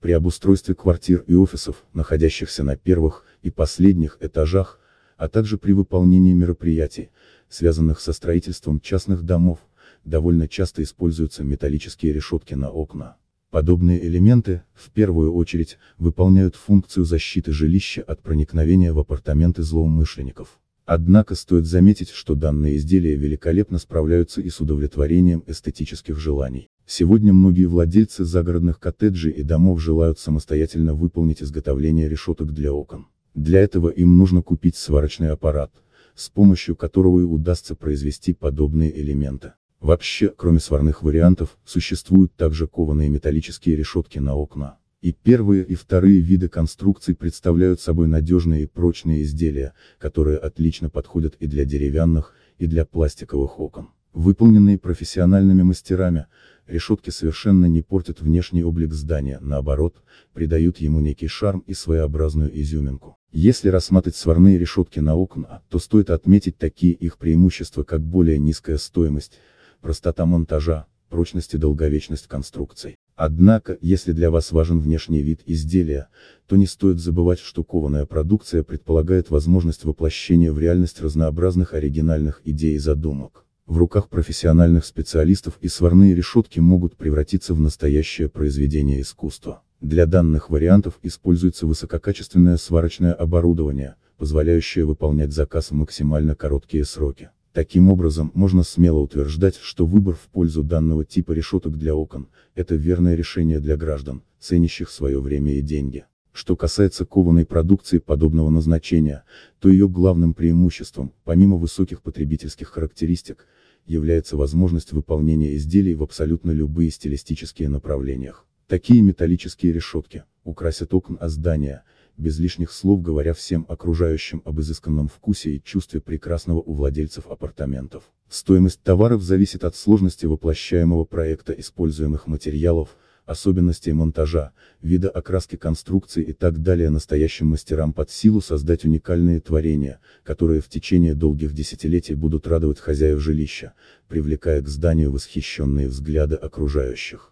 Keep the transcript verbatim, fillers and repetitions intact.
При обустройстве квартир и офисов, находящихся на первых и последних этажах, а также при выполнении мероприятий, связанных со строительством частных домов, довольно часто используются металлические решетки на окна. Подобные элементы, в первую очередь, выполняют функцию защиты жилища от проникновения в апартаменты злоумышленников. Однако стоит заметить, что данные изделия великолепно справляются и с удовлетворением эстетических желаний. Сегодня многие владельцы загородных коттеджей и домов желают самостоятельно выполнить изготовление решеток для окон. Для этого им нужно купить сварочный аппарат, с помощью которого и удастся произвести подобные элементы. Вообще, кроме сварных вариантов, существуют также кованые металлические решетки на окна. И первые и вторые виды конструкций представляют собой надежные и прочные изделия, которые отлично подходят и для деревянных, и для пластиковых окон. Выполненные профессиональными мастерами, решетки совершенно не портят внешний облик здания, наоборот, придают ему некий шарм и своеобразную изюминку. Если рассматривать сварные решетки на окна, то стоит отметить такие их преимущества, как более низкая стоимость, простота монтажа, прочность и долговечность конструкций. Однако, если для вас важен внешний вид изделия, то не стоит забывать, что кованая продукция предполагает возможность воплощения в реальность разнообразных оригинальных идей и задумок. В руках профессиональных специалистов и сварные решетки могут превратиться в настоящее произведение искусства. Для данных вариантов используется высококачественное сварочное оборудование, позволяющее выполнять заказ в максимально короткие сроки. Таким образом, можно смело утверждать, что выбор в пользу данного типа решеток для окон – это верное решение для граждан, ценящих свое время и деньги. Что касается кованой продукции подобного назначения, то ее главным преимуществом, помимо высоких потребительских характеристик, является возможность выполнения изделий в абсолютно любые стилистические направлениях. Такие металлические решетки украсят окна здания, без лишних слов говоря всем окружающим об изысканном вкусе и чувстве прекрасного у владельцев апартаментов. Стоимость товаров зависит от сложности воплощаемого проекта, используемых материалов, особенностей монтажа, вида окраски конструкции и так далее. Настоящим мастерам под силу создать уникальные творения, которые в течение долгих десятилетий будут радовать хозяев жилища, привлекая к зданию восхищенные взгляды окружающих.